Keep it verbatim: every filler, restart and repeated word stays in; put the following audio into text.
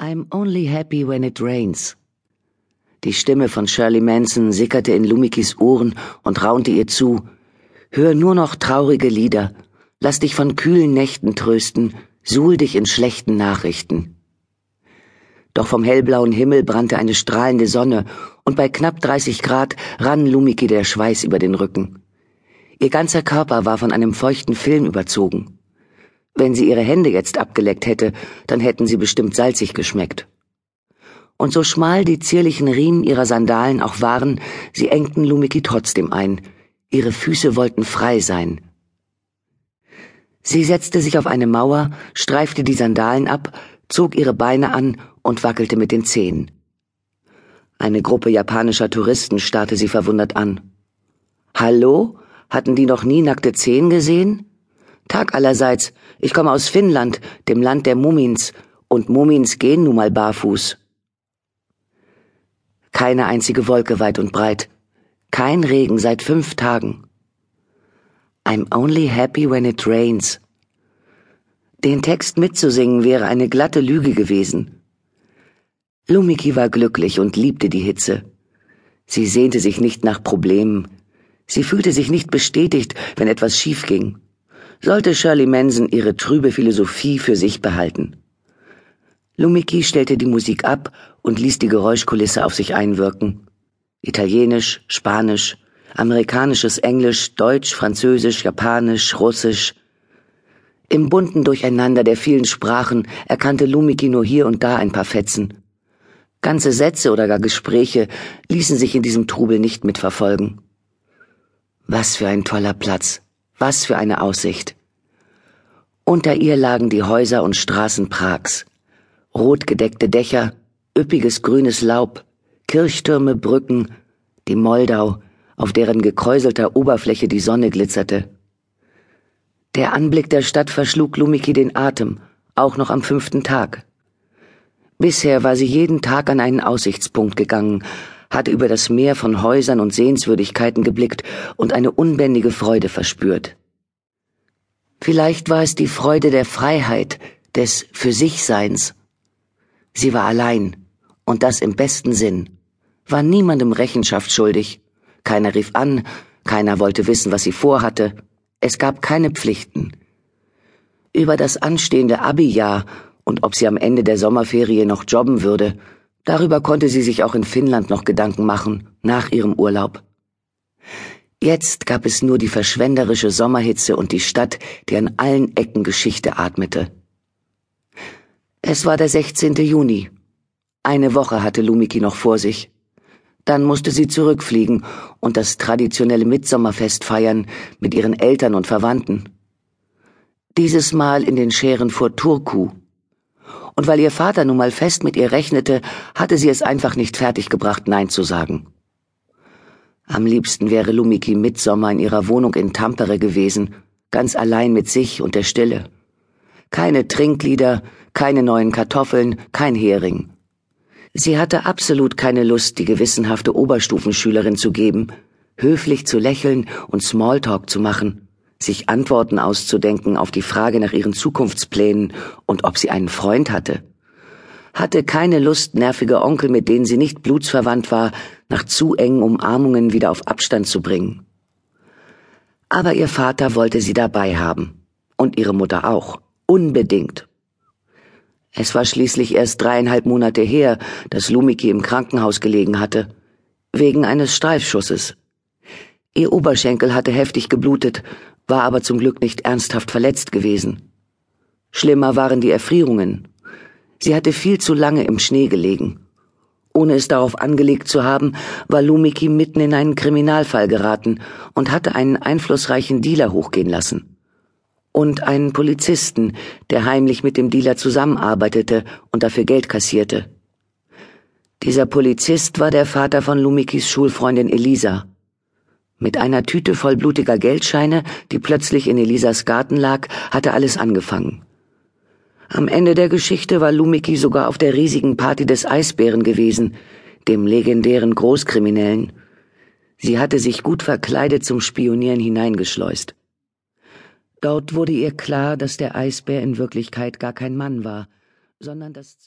I'm only happy when it rains. Die Stimme von Shirley Manson sickerte in Lumikis Ohren und raunte ihr zu: Hör nur noch traurige Lieder, lass dich von kühlen Nächten trösten, suhl dich in schlechten Nachrichten. Doch vom hellblauen Himmel brannte eine strahlende Sonne, und bei knapp dreißig Grad rann Lumiki der Schweiß über den Rücken. Ihr ganzer Körper war von einem feuchten Film überzogen. Wenn sie ihre Hände jetzt abgeleckt hätte, dann hätten sie bestimmt salzig geschmeckt. Und so schmal die zierlichen Riemen ihrer Sandalen auch waren, sie engten Lumiki trotzdem ein. Ihre Füße wollten frei sein. Sie setzte sich auf eine Mauer, streifte die Sandalen ab, zog ihre Beine an und wackelte mit den Zehen. Eine Gruppe japanischer Touristen starrte sie verwundert an. Hallo? Hatten die noch nie nackte Zehen gesehen? Tag allerseits, ich komme aus Finnland, dem Land der Mumins, und Mumins gehen nun mal barfuß. Keine einzige Wolke weit und breit, kein Regen seit fünf Tagen. I'm only happy when it rains. Den Text mitzusingen wäre eine glatte Lüge gewesen. Lumiki war glücklich und liebte die Hitze. Sie sehnte sich nicht nach Problemen. Sie fühlte sich nicht bestätigt, wenn etwas schief ging. Sollte Shirley Manson ihre trübe Philosophie für sich behalten. Lumiki stellte die Musik ab und ließ die Geräuschkulisse auf sich einwirken. Italienisch, Spanisch, amerikanisches Englisch, Deutsch, Französisch, Japanisch, Russisch. Im bunten Durcheinander der vielen Sprachen erkannte Lumiki nur hier und da ein paar Fetzen. Ganze Sätze oder gar Gespräche ließen sich in diesem Trubel nicht mitverfolgen. Was für ein toller Platz, was für eine Aussicht. Unter ihr lagen die Häuser und Straßen Prags. Rotgedeckte Dächer, üppiges grünes Laub, Kirchtürme, Brücken, die Moldau, auf deren gekräuselter Oberfläche die Sonne glitzerte. Der Anblick der Stadt verschlug Lumiki den Atem, auch noch am fünften Tag. Bisher war sie jeden Tag an einen Aussichtspunkt gegangen, hatte über das Meer von Häusern und Sehenswürdigkeiten geblickt und eine unbändige Freude verspürt. Vielleicht war es die Freude der Freiheit, des Für-sich-Seins. Sie war allein, und das im besten Sinn, war niemandem Rechenschaft schuldig. Keiner rief an, keiner wollte wissen, was sie vorhatte. Es gab keine Pflichten. Über das anstehende Abi-Jahr und ob sie am Ende der Sommerferie noch jobben würde, darüber konnte sie sich auch in Finnland noch Gedanken machen, nach ihrem Urlaub. Jetzt gab es nur die verschwenderische Sommerhitze und die Stadt, die an allen Ecken Geschichte atmete. Es war der sechzehnte Juni. Eine Woche hatte Lumiki noch vor sich. Dann musste sie zurückfliegen und das traditionelle Mitsommerfest feiern mit ihren Eltern und Verwandten. Dieses Mal in den Schären vor Turku. Und weil ihr Vater nun mal fest mit ihr rechnete, hatte sie es einfach nicht fertiggebracht, Nein zu sagen. Am liebsten wäre Lumiki Mitsommer in ihrer Wohnung in Tampere gewesen, ganz allein mit sich und der Stille. Keine Trinklieder, keine neuen Kartoffeln, kein Hering. Sie hatte absolut keine Lust, die gewissenhafte Oberstufenschülerin zu geben, höflich zu lächeln und Smalltalk zu machen, sich Antworten auszudenken auf die Frage nach ihren Zukunftsplänen und ob sie einen Freund hatte. Hatte keine Lust, nervige Onkel, mit denen sie nicht blutsverwandt war, nach zu engen Umarmungen wieder auf Abstand zu bringen. Aber ihr Vater wollte sie dabei haben. Und ihre Mutter auch. Unbedingt. Es war schließlich erst dreieinhalb Monate her, dass Lumiki im Krankenhaus gelegen hatte. Wegen eines Streifschusses. Ihr Oberschenkel hatte heftig geblutet, war aber zum Glück nicht ernsthaft verletzt gewesen. Schlimmer waren die Erfrierungen. Sie hatte viel zu lange im Schnee gelegen. Ohne es darauf angelegt zu haben, war Lumiki mitten in einen Kriminalfall geraten und hatte einen einflussreichen Dealer hochgehen lassen. Und einen Polizisten, der heimlich mit dem Dealer zusammenarbeitete und dafür Geld kassierte. Dieser Polizist war der Vater von Lumikis Schulfreundin Elisa. Mit einer Tüte voll blutiger Geldscheine, die plötzlich in Elisas Garten lag, hatte alles angefangen. Am Ende der Geschichte war Lumiki sogar auf der riesigen Party des Eisbären gewesen, dem legendären Großkriminellen. Sie hatte sich gut verkleidet zum Spionieren hineingeschleust. Dort wurde ihr klar, dass der Eisbär in Wirklichkeit gar kein Mann war, sondern das